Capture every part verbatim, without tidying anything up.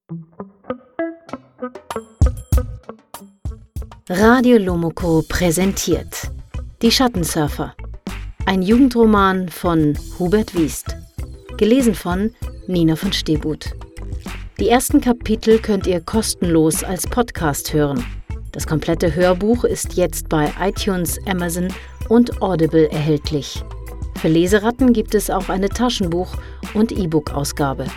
Radio Lomoko präsentiert Die Schattensurfer, ein Jugendroman von Hubert Wiest, gelesen von Nina von Stehbuth. Die ersten Kapitel könnt ihr kostenlos als Podcast hören. Das komplette Hörbuch ist jetzt bei iTunes, Amazon und Audible erhältlich. Für Leseratten gibt es auch eine Taschenbuch- und E-Book-Ausgabe.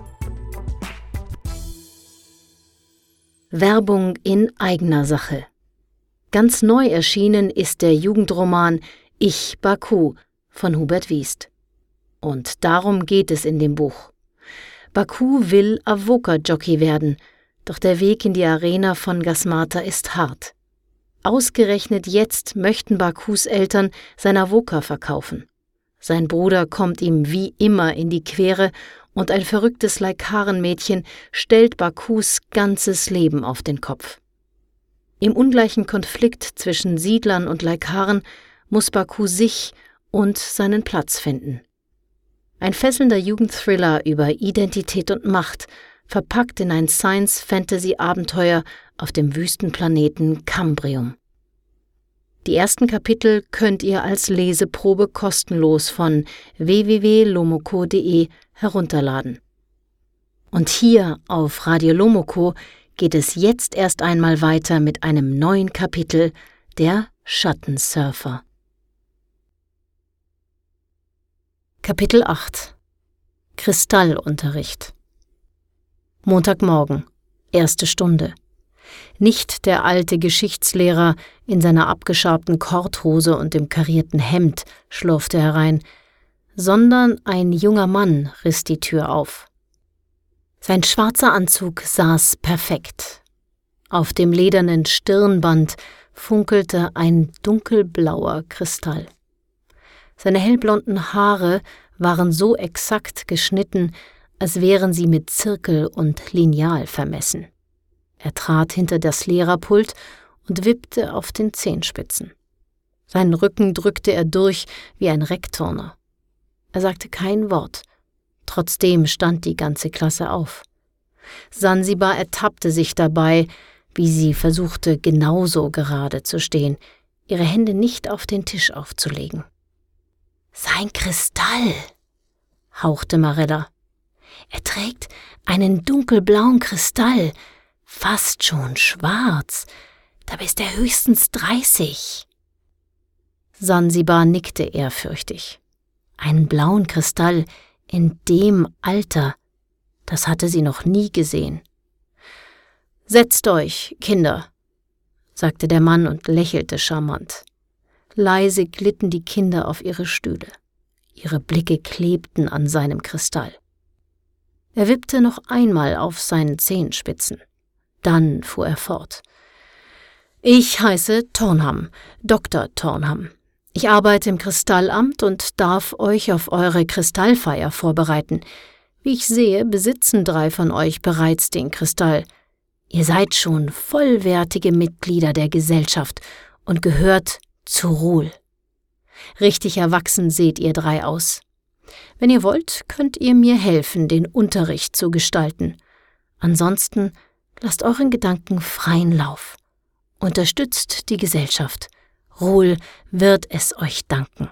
Werbung in eigener Sache. Ganz neu erschienen ist der Jugendroman Ich, Baku von Hubert Wiest. Und darum geht es in dem Buch. Baku will Avoca-Jockey werden, doch der Weg in die Arena von Gasmata ist hart. Ausgerechnet jetzt möchten Bakus Eltern sein Avoca verkaufen. Sein Bruder kommt ihm wie immer in die Quere und ein verrücktes Laikaren-Mädchen stellt Bakus ganzes Leben auf den Kopf. Im ungleichen Konflikt zwischen Siedlern und Laikaren muss Baku sich und seinen Platz finden. Ein fesselnder Jugendthriller über Identität und Macht, verpackt in ein Science-Fantasy-Abenteuer auf dem Wüstenplaneten Kambrium. Die ersten Kapitel könnt ihr als Leseprobe kostenlos von w w w punkt lomoko punkt d e herunterladen. Und hier auf Radio Lomoko geht es jetzt erst einmal weiter mit einem neuen Kapitel der Schattensurfer. Kapitel acht. Kristallunterricht. Montagmorgen, erste Stunde. Nicht der alte Geschichtslehrer in seiner abgeschabten Korthose und dem karierten Hemd schlurfte herein, sondern ein junger Mann riss die Tür auf. Sein schwarzer Anzug saß perfekt. Auf dem ledernen Stirnband funkelte ein dunkelblauer Kristall. Seine hellblonden Haare waren so exakt geschnitten, als wären sie mit Zirkel und Lineal vermessen. Er trat hinter das Lehrerpult und wippte auf den Zehenspitzen. Seinen Rücken drückte er durch wie ein Reckturner. Er sagte kein Wort. Trotzdem stand die ganze Klasse auf. Sansibar ertappte sich dabei, wie sie versuchte, genauso gerade zu stehen, ihre Hände nicht auf den Tisch aufzulegen. »Sein Kristall«, hauchte Marella. »Er trägt einen dunkelblauen Kristall, fast schon schwarz. Dabei ist er höchstens dreißig.« Sansibar nickte ehrfürchtig. Einen blauen Kristall in dem Alter, das hatte sie noch nie gesehen. »Setzt euch, Kinder«, sagte der Mann und lächelte charmant. Leise glitten die Kinder auf ihre Stühle. Ihre Blicke klebten an seinem Kristall. Er wippte noch einmal auf seinen Zehenspitzen. Dann fuhr er fort. »Ich heiße Tornham, Doktor Tornham. Ich arbeite im Kristallamt und darf euch auf eure Kristallfeier vorbereiten. Wie ich sehe, besitzen drei von euch bereits den Kristall. Ihr seid schon vollwertige Mitglieder der Gesellschaft und gehört zu Ruhl. Richtig erwachsen seht ihr drei aus. Wenn ihr wollt, könnt ihr mir helfen, den Unterricht zu gestalten. Ansonsten lasst euren Gedanken freien Lauf. Unterstützt die Gesellschaft. Ruhl wird es euch danken.«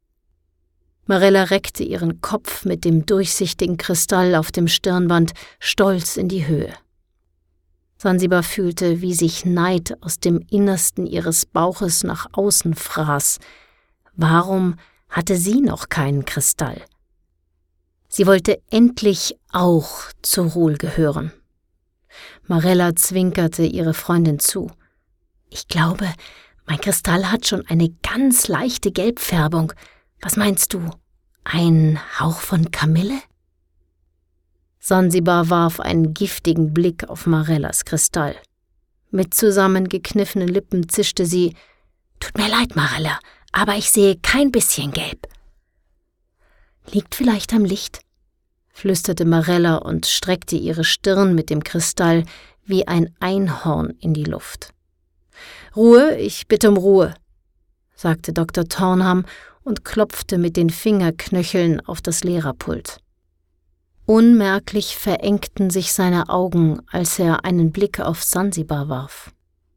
Marella reckte ihren Kopf mit dem durchsichtigen Kristall auf dem Stirnband stolz in die Höhe. Sansibar fühlte, wie sich Neid aus dem Innersten ihres Bauches nach außen fraß. Warum hatte sie noch keinen Kristall? Sie wollte endlich auch zu Ruhl gehören. Marella zwinkerte ihre Freundin zu. »Ich glaube, mein Kristall hat schon eine ganz leichte Gelbfärbung. Was meinst du? Ein Hauch von Kamille?« Sansibar warf einen giftigen Blick auf Marellas Kristall. Mit zusammengekniffenen Lippen zischte sie: »Tut mir leid, Marella, aber ich sehe kein bisschen gelb.« »Liegt vielleicht am Licht?«, flüsterte Marella und streckte ihre Stirn mit dem Kristall wie ein Einhorn in die Luft. »Ruhe, ich bitte um Ruhe«, sagte Doktor Tornham und klopfte mit den Fingerknöcheln auf das Lehrerpult. Unmerklich verengten sich seine Augen, als er einen Blick auf Sansibar warf.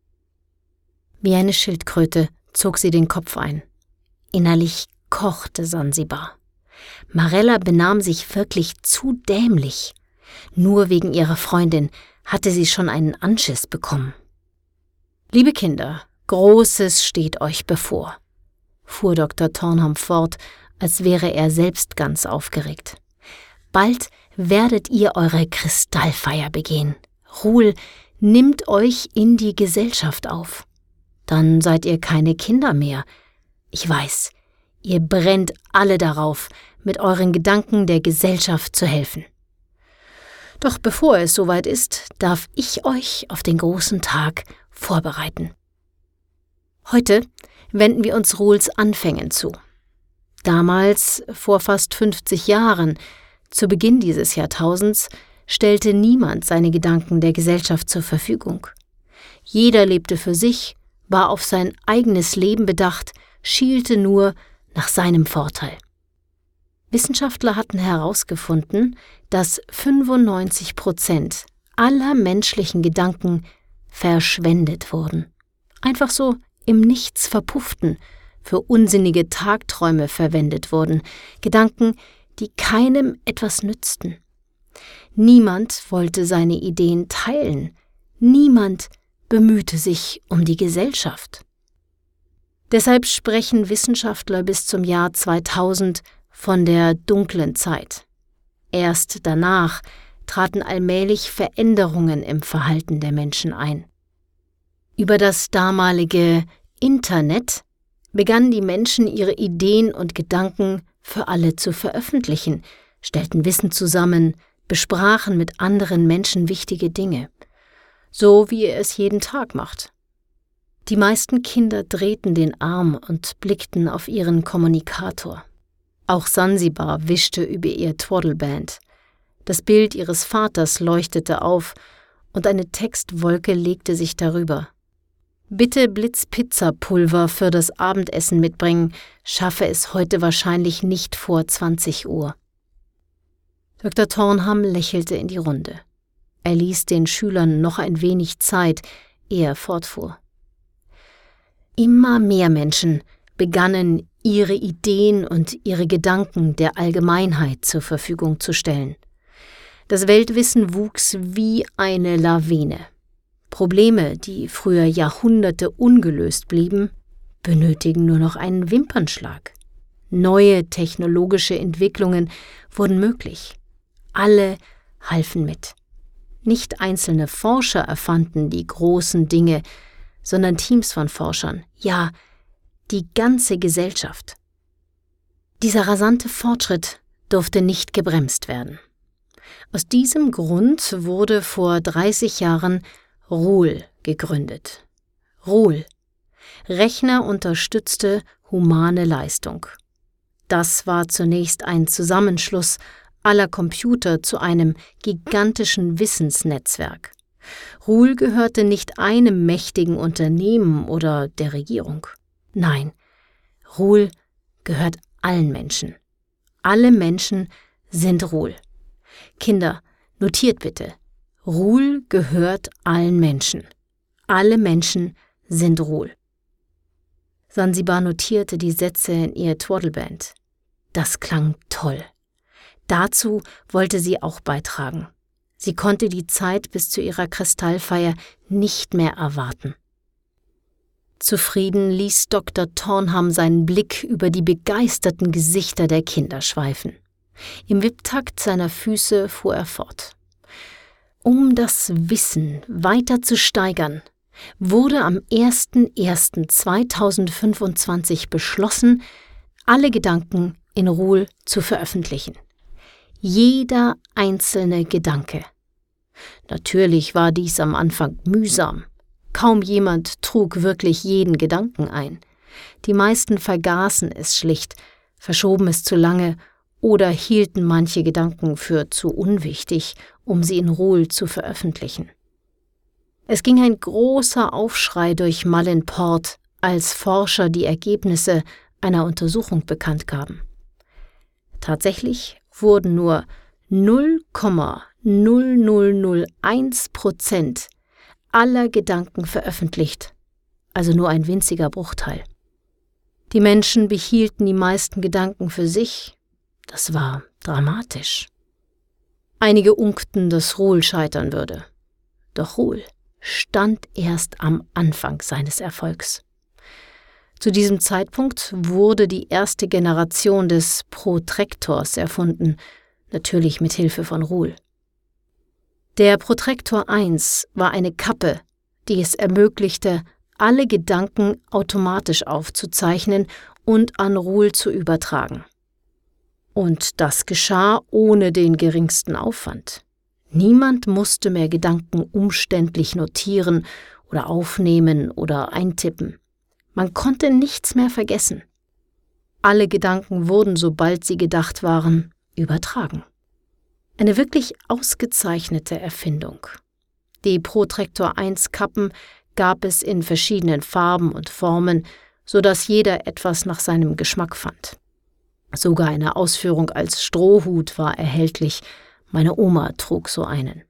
Wie eine Schildkröte zog sie den Kopf ein. Innerlich kochte Sansibar. Marella benahm sich wirklich zu dämlich. Nur wegen ihrer Freundin hatte sie schon einen Anschiss bekommen. »Liebe Kinder, Großes steht euch bevor«, fuhr Doktor Thornham fort, als wäre er selbst ganz aufgeregt. »Bald werdet ihr eure Kristallfeier begehen. Ruhl nimmt euch in die Gesellschaft auf. Dann seid ihr keine Kinder mehr. Ich weiß, ihr brennt alle darauf, mit euren Gedanken der Gesellschaft zu helfen. Doch bevor es soweit ist, darf ich euch auf den großen Tag vorbereiten. Heute wenden wir uns Ruhls Anfängen zu. Damals, vor fast fünfzig Jahren, zu Beginn dieses Jahrtausends, stellte niemand seine Gedanken der Gesellschaft zur Verfügung. Jeder lebte für sich, war auf sein eigenes Leben bedacht, schielte nur nach seinem Vorteil. Wissenschaftler hatten herausgefunden, dass fünfundneunzig Prozent aller menschlichen Gedanken verschwendet wurden. Einfach so im Nichts verpufften, für unsinnige Tagträume verwendet wurden, Gedanken, die keinem etwas nützten. Niemand wollte seine Ideen teilen, niemand bemühte sich um die Gesellschaft. Deshalb sprechen Wissenschaftler bis zum Jahr zweitausend von der dunklen Zeit. Erst danach traten allmählich Veränderungen im Verhalten der Menschen ein. Über das damalige Internet begannen die Menschen ihre Ideen und Gedanken für alle zu veröffentlichen, stellten Wissen zusammen, besprachen mit anderen Menschen wichtige Dinge, so wie ihr es jeden Tag macht. Die meisten Kinder drehten den Arm und blickten auf ihren Kommunikator. Auch Sansibar wischte über ihr Twaddleband. Das Bild ihres Vaters leuchtete auf und eine Textwolke legte sich darüber. »Bitte Blitzpizzapulver für das Abendessen mitbringen, schaffe es heute wahrscheinlich nicht vor zwanzig Uhr. Doktor Thornham lächelte in die Runde. Er ließ den Schülern noch ein wenig Zeit, ehe er fortfuhr. Immer mehr Menschen begannen, ihre Ideen und ihre Gedanken der Allgemeinheit zur Verfügung zu stellen. Das Weltwissen wuchs wie eine Lawine. Probleme, die früher Jahrhunderte ungelöst blieben, benötigen nur noch einen Wimpernschlag. Neue technologische Entwicklungen wurden möglich. Alle halfen mit. Nicht einzelne Forscher erfanden die großen Dinge, sondern Teams von Forschern, ja, die ganze Gesellschaft. Dieser rasante Fortschritt durfte nicht gebremst werden. Aus diesem Grund wurde vor dreißig Jahren Ruhl gegründet. Ruhl, rechnerunterstützte humane Leistung. Das war zunächst ein Zusammenschluss aller Computer zu einem gigantischen Wissensnetzwerk. Ruhl gehörte nicht einem mächtigen Unternehmen oder der Regierung. Nein, Ruhl gehört allen Menschen. Alle Menschen sind Ruhl. Kinder, notiert bitte. Ruhl gehört allen Menschen. Alle Menschen sind Ruhl. Sansibar notierte die Sätze in ihr Twaddleband. Das klang toll. Dazu wollte sie auch beitragen. Sie konnte die Zeit bis zu ihrer Kristallfeier nicht mehr erwarten. Zufrieden ließ Doktor Thornham seinen Blick über die begeisterten Gesichter der Kinder schweifen. Im Wipptakt seiner Füße fuhr er fort. Um das Wissen weiter zu steigern, wurde am ersten ersten zweitausendfünfundzwanzig beschlossen, alle Gedanken in Ruhl zu veröffentlichen. Jeder einzelne Gedanke. Natürlich war dies am Anfang mühsam. Kaum jemand trug wirklich jeden Gedanken ein. Die meisten vergaßen es schlicht, verschoben es zu lange oder hielten manche Gedanken für zu unwichtig, um sie in Ruhl zu veröffentlichen. Es ging ein großer Aufschrei durch Mullenport, als Forscher die Ergebnisse einer Untersuchung bekannt gaben. Tatsächlich wurden nur null Komma null null null eins Prozent aller Gedanken veröffentlicht, also nur ein winziger Bruchteil. Die Menschen behielten die meisten Gedanken für sich. Das war dramatisch. Einige unkten, dass Ruhl scheitern würde. Doch Ruhl stand erst am Anfang seines Erfolgs. Zu diesem Zeitpunkt wurde die erste Generation des Protrektors erfunden, natürlich mit Hilfe von Ruhl. Der Protrektor eins war eine Kappe, die es ermöglichte, alle Gedanken automatisch aufzuzeichnen und an Ruhl zu übertragen. Und das geschah ohne den geringsten Aufwand. Niemand musste mehr Gedanken umständlich notieren oder aufnehmen oder eintippen. Man konnte nichts mehr vergessen. Alle Gedanken wurden, sobald sie gedacht waren, übertragen. Eine wirklich ausgezeichnete Erfindung. Die Protrektor eins Kappen gab es in verschiedenen Farben und Formen, sodass jeder etwas nach seinem Geschmack fand. Sogar eine Ausführung als Strohhut war erhältlich. Meine Oma trug so einen.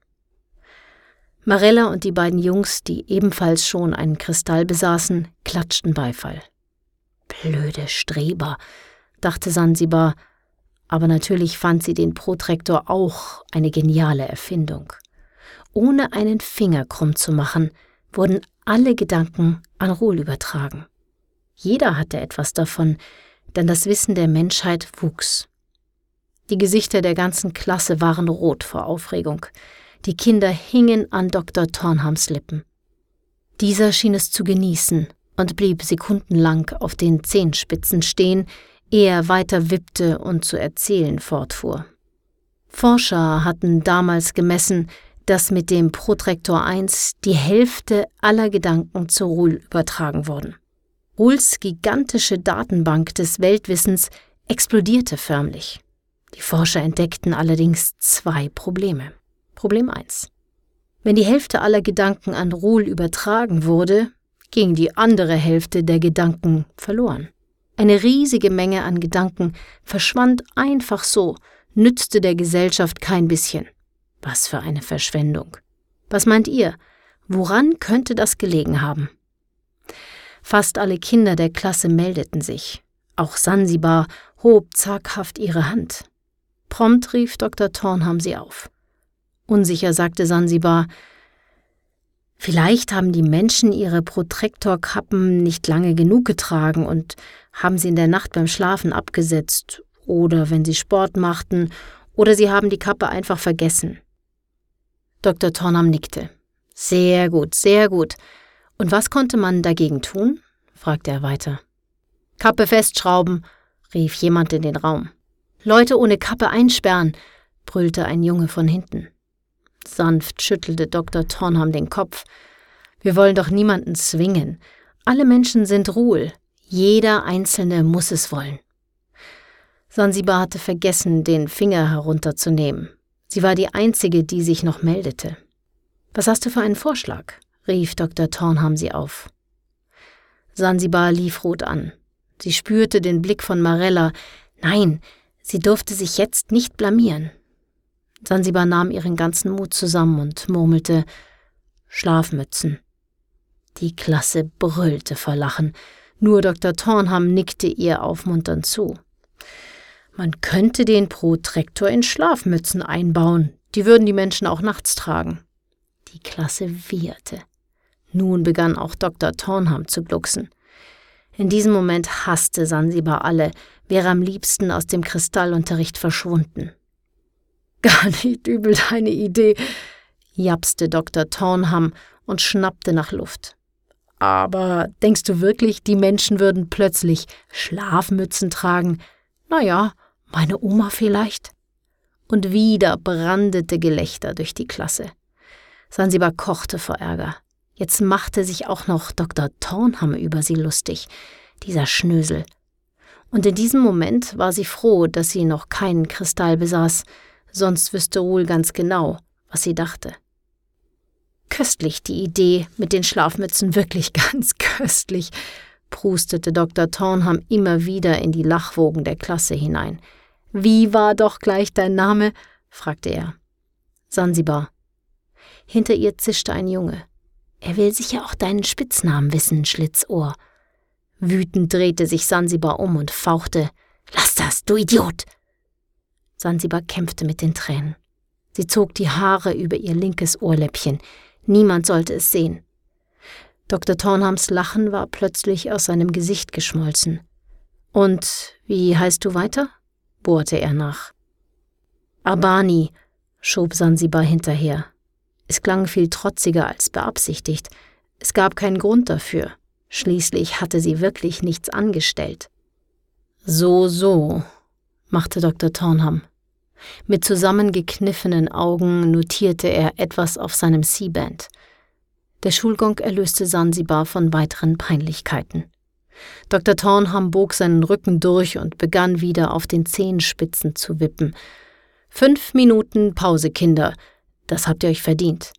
Marella und die beiden Jungs, die ebenfalls schon einen Kristall besaßen, klatschten Beifall. Blöde Streber, dachte Sansibar, aber natürlich fand sie den Protrektor auch eine geniale Erfindung. Ohne einen Finger krumm zu machen, wurden alle Gedanken an Ruhl übertragen. Jeder hatte etwas davon, denn das Wissen der Menschheit wuchs. Die Gesichter der ganzen Klasse waren rot vor Aufregung. Die Kinder hingen an Doktor Thornhams Lippen. Dieser schien es zu genießen und blieb sekundenlang auf den Zehenspitzen stehen, ehe er weiter wippte und zu erzählen fortfuhr. Forscher hatten damals gemessen, dass mit dem Protrektor eins die Hälfte aller Gedanken zu Ruhl übertragen wurden. Ruhls gigantische Datenbank des Weltwissens explodierte förmlich. Die Forscher entdeckten allerdings zwei Probleme. Problem eins. Wenn die Hälfte aller Gedanken an Ruhl übertragen wurde, ging die andere Hälfte der Gedanken verloren. Eine riesige Menge an Gedanken verschwand einfach so, nützte der Gesellschaft kein bisschen. Was für eine Verschwendung. Was meint ihr? Woran könnte das gelegen haben? Fast alle Kinder der Klasse meldeten sich. Auch Sansibar hob zaghaft ihre Hand. Prompt rief Doktor Thornham sie auf. Unsicher sagte Sansibar, vielleicht haben die Menschen ihre Protrektorkappen nicht lange genug getragen und haben sie in der Nacht beim Schlafen abgesetzt oder wenn sie Sport machten oder sie haben die Kappe einfach vergessen. Doktor Thornham nickte. Sehr gut, sehr gut. Und was konnte man dagegen tun? Fragte er weiter. Kappe festschrauben, rief jemand in den Raum. Leute ohne Kappe einsperren, brüllte ein Junge von hinten. Sanft schüttelte Doktor Thornham den Kopf. Wir wollen doch niemanden zwingen. Alle Menschen sind Ruhl. Jeder Einzelne muss es wollen. Sansibar hatte vergessen, den Finger herunterzunehmen. Sie war die Einzige, die sich noch meldete. Was hast du für einen Vorschlag? Rief Doktor Thornham sie auf. Sansibar lief rot an. Sie spürte den Blick von Marella. Nein, sie durfte sich jetzt nicht blamieren. Sansibar nahm ihren ganzen Mut zusammen und murmelte Schlafmützen. Die Klasse brüllte vor Lachen. Nur Doktor Thornham nickte ihr aufmunternd zu. Man könnte den Protrektor in Schlafmützen einbauen. Die würden die Menschen auch nachts tragen. Die Klasse wieherte. Nun begann auch Doktor Thornham zu glucksen. In diesem Moment hasste Sansibar alle, wäre am liebsten aus dem Kristallunterricht verschwunden. »Gar nicht übel deine Idee«, japste Doktor Thornham und schnappte nach Luft. »Aber denkst du wirklich, die Menschen würden plötzlich Schlafmützen tragen? Naja, meine Oma vielleicht?« Und wieder brandete Gelächter durch die Klasse. Sansibar kochte vor Ärger. Jetzt machte sich auch noch Doktor Thornham über sie lustig, dieser Schnösel. Und in diesem Moment war sie froh, dass sie noch keinen Kristall besaß, sonst wüsste Ruhl ganz genau, was sie dachte. Köstlich die Idee mit den Schlafmützen, wirklich ganz köstlich, prustete Doktor Thornham immer wieder in die Lachwogen der Klasse hinein. Wie war doch gleich dein Name? fragte er. Sansibar. Hinter ihr zischte ein Junge. Er will sicher auch deinen Spitznamen wissen, Schlitzohr. Wütend drehte sich Sansibar um und fauchte: »Lass das, du Idiot!« Sansibar kämpfte mit den Tränen. Sie zog die Haare über ihr linkes Ohrläppchen. Niemand sollte es sehen. Doktor Thornhams Lachen war plötzlich aus seinem Gesicht geschmolzen. »Und wie heißt du weiter?« bohrte er nach. »Abani«, schob Sansibar hinterher. Es klang viel trotziger als beabsichtigt. Es gab keinen Grund dafür. Schließlich hatte sie wirklich nichts angestellt. »So, so«, machte Doktor Thornham. Mit zusammengekniffenen Augen notierte er etwas auf seinem C-Band. Der Schulgong erlöste Sansibar von weiteren Peinlichkeiten. Doktor Thornham bog seinen Rücken durch und begann wieder auf den Zehenspitzen zu wippen. »Fünf Minuten Pause, Kinder. Das habt ihr euch verdient.«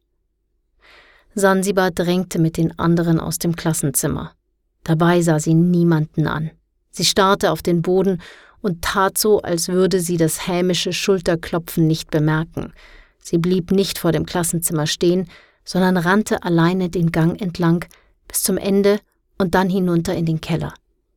Sansibar drängte mit den anderen aus dem Klassenzimmer. Dabei sah sie niemanden an. Sie starrte auf den Boden und tat so, als würde sie das hämische Schulterklopfen nicht bemerken. Sie blieb nicht vor dem Klassenzimmer stehen, sondern rannte alleine den Gang entlang bis zum Ende und dann hinunter in den Keller.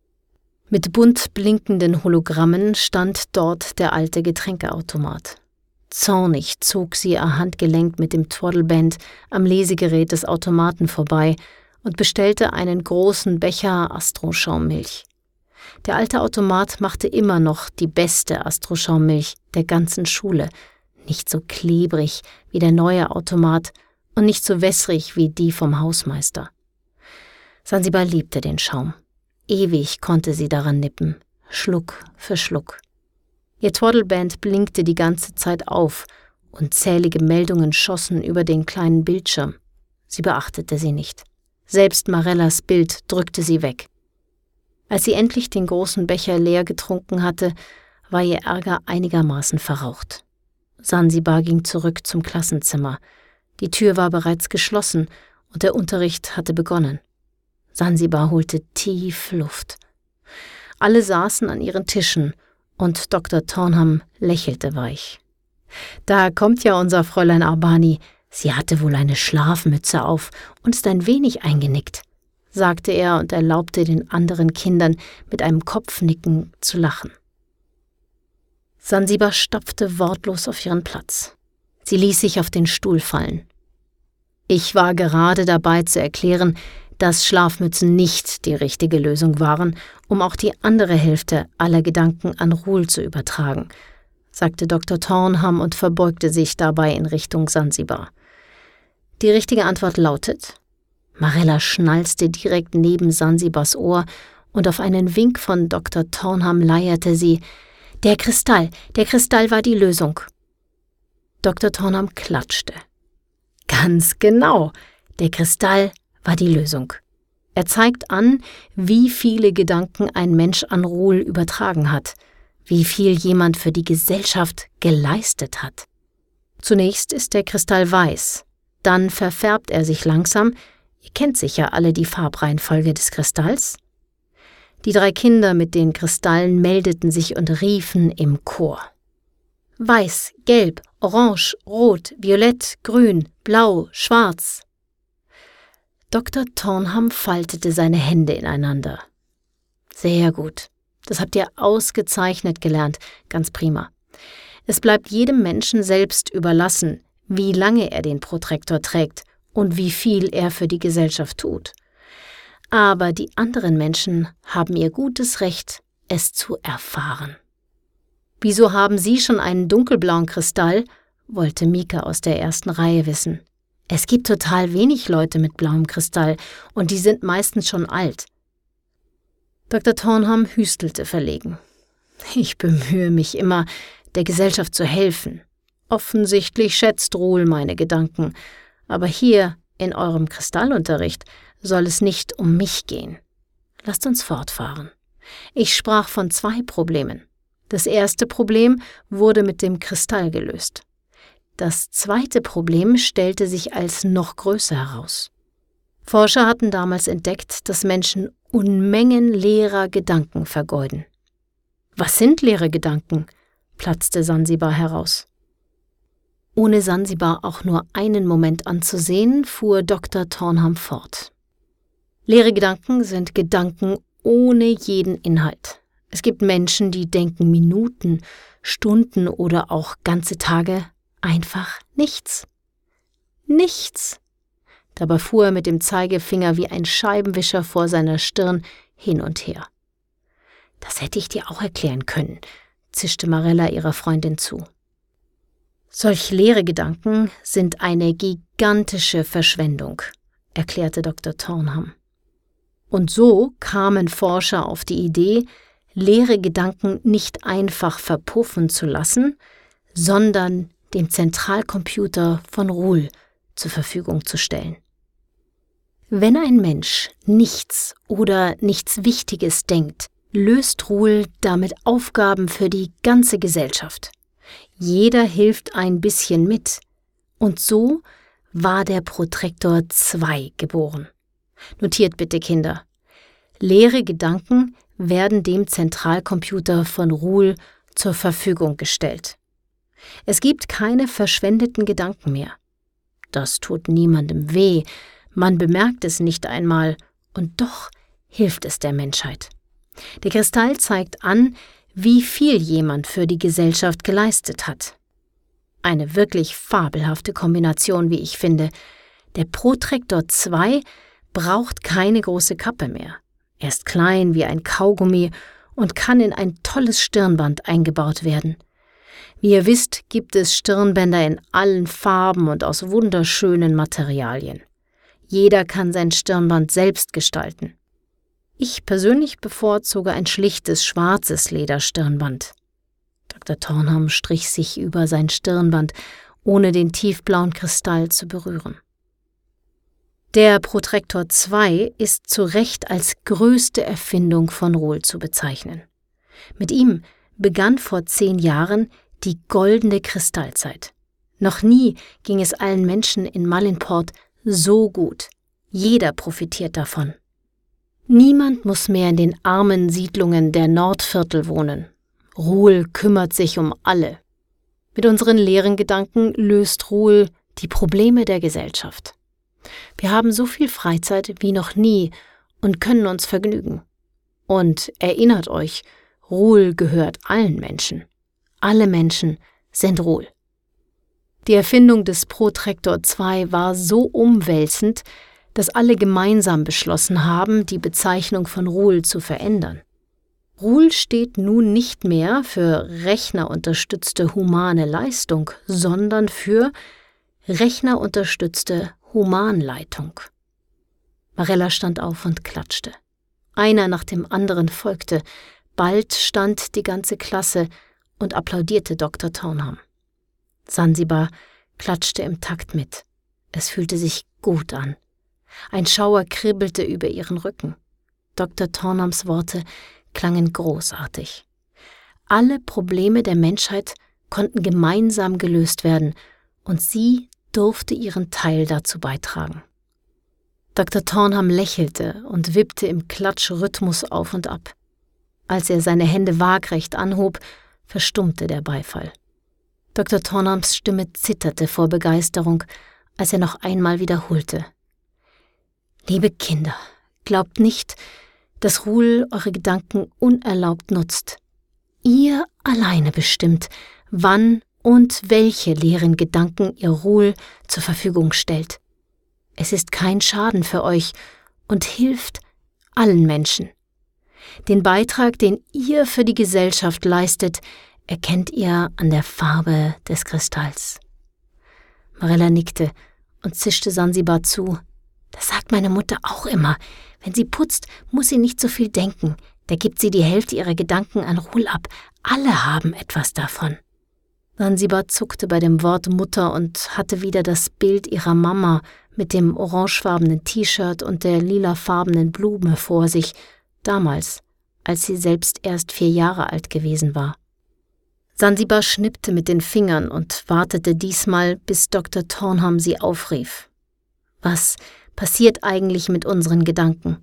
Mit bunt blinkenden Hologrammen stand dort der alte Getränkeautomat. Zornig zog sie ihr Handgelenk mit dem Twaddleband am Lesegerät des Automaten vorbei und bestellte einen großen Becher Astroschaumilch. Der alte Automat machte immer noch die beste Astroschaumilch der ganzen Schule, nicht so klebrig wie der neue Automat und nicht so wässrig wie die vom Hausmeister. Sansibar liebte den Schaum. Ewig konnte sie daran nippen, Schluck für Schluck. Ihr Twaddleband blinkte die ganze Zeit auf, unzählige Meldungen schossen über den kleinen Bildschirm. Sie beachtete sie nicht. Selbst Marellas Bild drückte sie weg. Als sie endlich den großen Becher leer getrunken hatte, war ihr Ärger einigermaßen verraucht. Sansibar ging zurück zum Klassenzimmer. Die Tür war bereits geschlossen und der Unterricht hatte begonnen. Sansibar holte tief Luft. Alle saßen an ihren Tischen und Doktor Thornham lächelte weich. »Da kommt ja unser Fräulein Abani. Sie hatte wohl eine Schlafmütze auf und ist ein wenig eingenickt«, sagte er und erlaubte den anderen Kindern mit einem Kopfnicken zu lachen. Sansibar stapfte wortlos auf ihren Platz. Sie ließ sich auf den Stuhl fallen. »Ich war gerade dabei zu erklären, dass Schlafmützen nicht die richtige Lösung waren, um auch die andere Hälfte aller Gedanken an Ruhl zu übertragen«, sagte Doktor Thornham und verbeugte sich dabei in Richtung Sansibar. Die richtige Antwort lautet: Marella schnalzte direkt neben Sansibars Ohr und auf einen Wink von Doktor Thornham leierte sie: »Der Kristall, der Kristall war die Lösung.« Doktor Thornham klatschte. »Ganz genau, der Kristall war die Lösung. Er zeigt an, wie viele Gedanken ein Mensch an Ruhl übertragen hat, wie viel jemand für die Gesellschaft geleistet hat. Zunächst ist der Kristall weiß, dann verfärbt er sich langsam. Ihr kennt sicher alle die Farbreihenfolge des Kristalls. Die drei Kinder mit den Kristallen meldeten sich und riefen im Chor: Weiß, Gelb, Orange, Rot, Violett, Grün, Blau, Schwarz. Doktor Thornham faltete seine Hände ineinander. Sehr gut. Das habt ihr ausgezeichnet gelernt. Ganz prima. Es bleibt jedem Menschen selbst überlassen, wie lange er den Protektor trägt und wie viel er für die Gesellschaft tut. Aber die anderen Menschen haben ihr gutes Recht, es zu erfahren. »Wieso haben Sie schon einen dunkelblauen Kristall?« wollte Mika aus der ersten Reihe wissen. »Es gibt total wenig Leute mit blauem Kristall und die sind meistens schon alt.« Doktor Thornham hüstelte verlegen. »Ich bemühe mich immer, der Gesellschaft zu helfen. Offensichtlich schätzt Ruhl meine Gedanken, aber hier in eurem Kristallunterricht soll es nicht um mich gehen. Lasst uns fortfahren. Ich sprach von zwei Problemen. Das erste Problem wurde mit dem Kristall gelöst. Das zweite Problem stellte sich als noch größer heraus. Forscher hatten damals entdeckt, dass Menschen Unmengen leerer Gedanken vergeuden. »Was sind leere Gedanken?« platzte Sansibar heraus. Ohne Sansibar auch nur einen Moment anzusehen, fuhr Doktor Thornham fort. Leere Gedanken sind Gedanken ohne jeden Inhalt. Es gibt Menschen, die denken Minuten, Stunden oder auch ganze Tage einfach nichts. Nichts. Dabei fuhr er mit dem Zeigefinger wie ein Scheibenwischer vor seiner Stirn hin und her. »Das hätte ich dir auch erklären können«, zischte Marella ihrer Freundin zu. »Solch leere Gedanken sind eine gigantische Verschwendung«, erklärte Doktor Thornham. Und so kamen Forscher auf die Idee, leere Gedanken nicht einfach verpuffen zu lassen, sondern dem Zentralcomputer von Ruhl zur Verfügung zu stellen. Wenn ein Mensch nichts oder nichts Wichtiges denkt, löst Ruhl damit Aufgaben für die ganze Gesellschaft. Jeder hilft ein bisschen mit. Und so war der Protektor zwei geboren. Notiert bitte, Kinder. Leere Gedanken werden dem Zentralcomputer von Ruhl zur Verfügung gestellt. Es gibt keine verschwendeten Gedanken mehr. Das tut niemandem weh, man bemerkt es nicht einmal, und doch hilft es der Menschheit. Der Kristall zeigt an, wie viel jemand für die Gesellschaft geleistet hat. Eine wirklich fabelhafte Kombination, wie ich finde. Der Protektor zwei braucht keine große Kappe mehr. Er ist klein wie ein Kaugummi und kann in ein tolles Stirnband eingebaut werden. Wie ihr wisst, gibt es Stirnbänder in allen Farben und aus wunderschönen Materialien. Jeder kann sein Stirnband selbst gestalten. Ich persönlich bevorzuge ein schlichtes, schwarzes Lederstirnband. Doktor Thornham strich sich über sein Stirnband, ohne den tiefblauen Kristall zu berühren. Der Protektor zwei ist zu Recht als größte Erfindung von Ruhl zu bezeichnen. Mit ihm begann vor zehn Jahren die goldene Kristallzeit. Noch nie ging es allen Menschen in Mullinport so gut. Jeder profitiert davon. Niemand muss mehr in den armen Siedlungen der Nordviertel wohnen. Ruhl kümmert sich um alle. Mit unseren leeren Gedanken löst Ruhl die Probleme der Gesellschaft. Wir haben so viel Freizeit wie noch nie und können uns vergnügen. Und erinnert euch, Ruhl gehört allen Menschen. Alle Menschen sind Ruhl. Die Erfindung des Protektor zwei war so umwälzend, dass alle gemeinsam beschlossen haben, die Bezeichnung von Ruhl zu verändern. Ruhl steht nun nicht mehr für rechnerunterstützte humane Leistung, sondern für rechnerunterstützte Humanleitung. Marella stand auf und klatschte. Einer nach dem anderen folgte. Bald stand die ganze Klasse und applaudierte Doktor Thornham. Sansibar klatschte im Takt mit. Es fühlte sich gut an. Ein Schauer kribbelte über ihren Rücken. Doktor Thornhams Worte klangen großartig. Alle Probleme der Menschheit konnten gemeinsam gelöst werden, und sie durfte ihren Teil dazu beitragen. Doktor Thornham lächelte und wippte im Klatschrhythmus auf und ab. Als er seine Hände waagrecht anhob, verstummte der Beifall. Doktor Thornhams Stimme zitterte vor Begeisterung, als er noch einmal wiederholte: »Liebe Kinder, glaubt nicht, dass Ruhl eure Gedanken unerlaubt nutzt. Ihr alleine bestimmt, wann und welche leeren Gedanken ihr Ruhl zur Verfügung stellt. Es ist kein Schaden für euch und hilft allen Menschen. Den Beitrag, den ihr für die Gesellschaft leistet, erkennt ihr an der Farbe des Kristalls.« Marella nickte und zischte Sansibar zu. »Das sagt meine Mutter auch immer. Wenn sie putzt, muss sie nicht so viel denken. Da gibt sie die Hälfte ihrer Gedanken an Ruhl ab. Alle haben etwas davon.« Sansibar zuckte bei dem Wort Mutter und hatte wieder das Bild ihrer Mama mit dem orangefarbenen T-Shirt und der lilafarbenen Blume vor sich, damals, als sie selbst erst vier Jahre alt gewesen war. Sansibar schnippte mit den Fingern und wartete diesmal, bis Doktor Thornham sie aufrief. »Was passiert eigentlich mit unseren Gedanken?«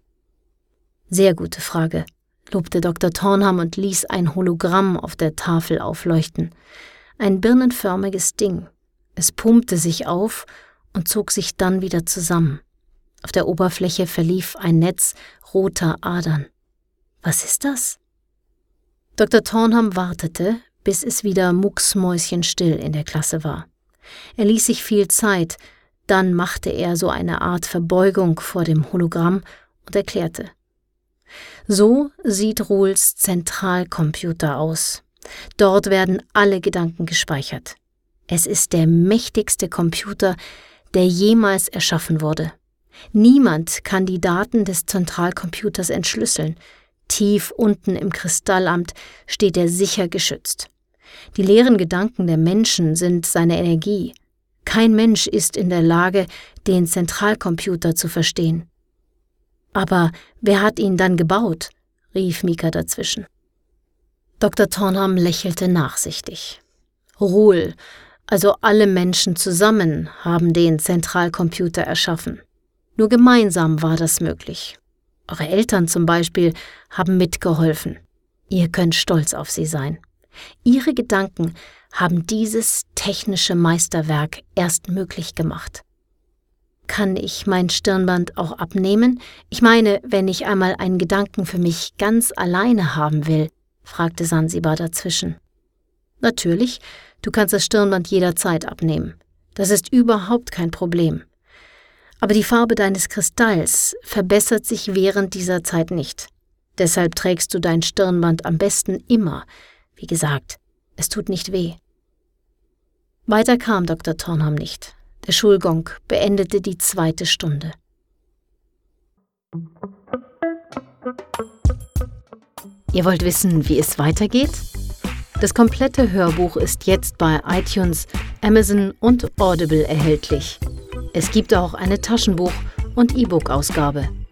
»Sehr gute Frage«, lobte Doktor Thornham und ließ ein Hologramm auf der Tafel aufleuchten. Ein birnenförmiges Ding. Es pumpte sich auf und zog sich dann wieder zusammen. Auf der Oberfläche verlief ein Netz roter Adern. Was ist das? Doktor Thornham wartete, bis es wieder mucksmäuschenstill in der Klasse war. Er ließ sich viel Zeit, dann machte er so eine Art Verbeugung vor dem Hologramm und erklärte: So sieht Ruhls Zentralcomputer aus. Dort werden alle Gedanken gespeichert. Es ist der mächtigste Computer, der jemals erschaffen wurde. Niemand kann die Daten des Zentralcomputers entschlüsseln. Tief unten im Kristallamt steht er sicher geschützt. Die leeren Gedanken der Menschen sind seine Energie. Kein Mensch ist in der Lage, den Zentralcomputer zu verstehen. Aber wer hat ihn dann gebaut? Rief Mika dazwischen. Doktor Thornham lächelte nachsichtig. Ruhl, also alle Menschen zusammen, haben den Zentralcomputer erschaffen. Nur gemeinsam war das möglich. Eure Eltern zum Beispiel haben mitgeholfen. Ihr könnt stolz auf sie sein. Ihre Gedanken haben dieses technische Meisterwerk erst möglich gemacht. Kann ich mein Stirnband auch abnehmen? Ich meine, wenn ich einmal einen Gedanken für mich ganz alleine haben will, fragte Sansibar dazwischen. Natürlich, du kannst das Stirnband jederzeit abnehmen. Das ist überhaupt kein Problem. Aber die Farbe deines Kristalls verbessert sich während dieser Zeit nicht. Deshalb trägst du dein Stirnband am besten immer. Wie gesagt, es tut nicht weh. Weiter kam Doktor Thornham nicht. Der Schulgong beendete die zweite Stunde. Ihr wollt wissen, wie es weitergeht? Das komplette Hörbuch ist jetzt bei iTunes, Amazon und Audible erhältlich. Es gibt auch eine Taschenbuch- und E-Book-Ausgabe.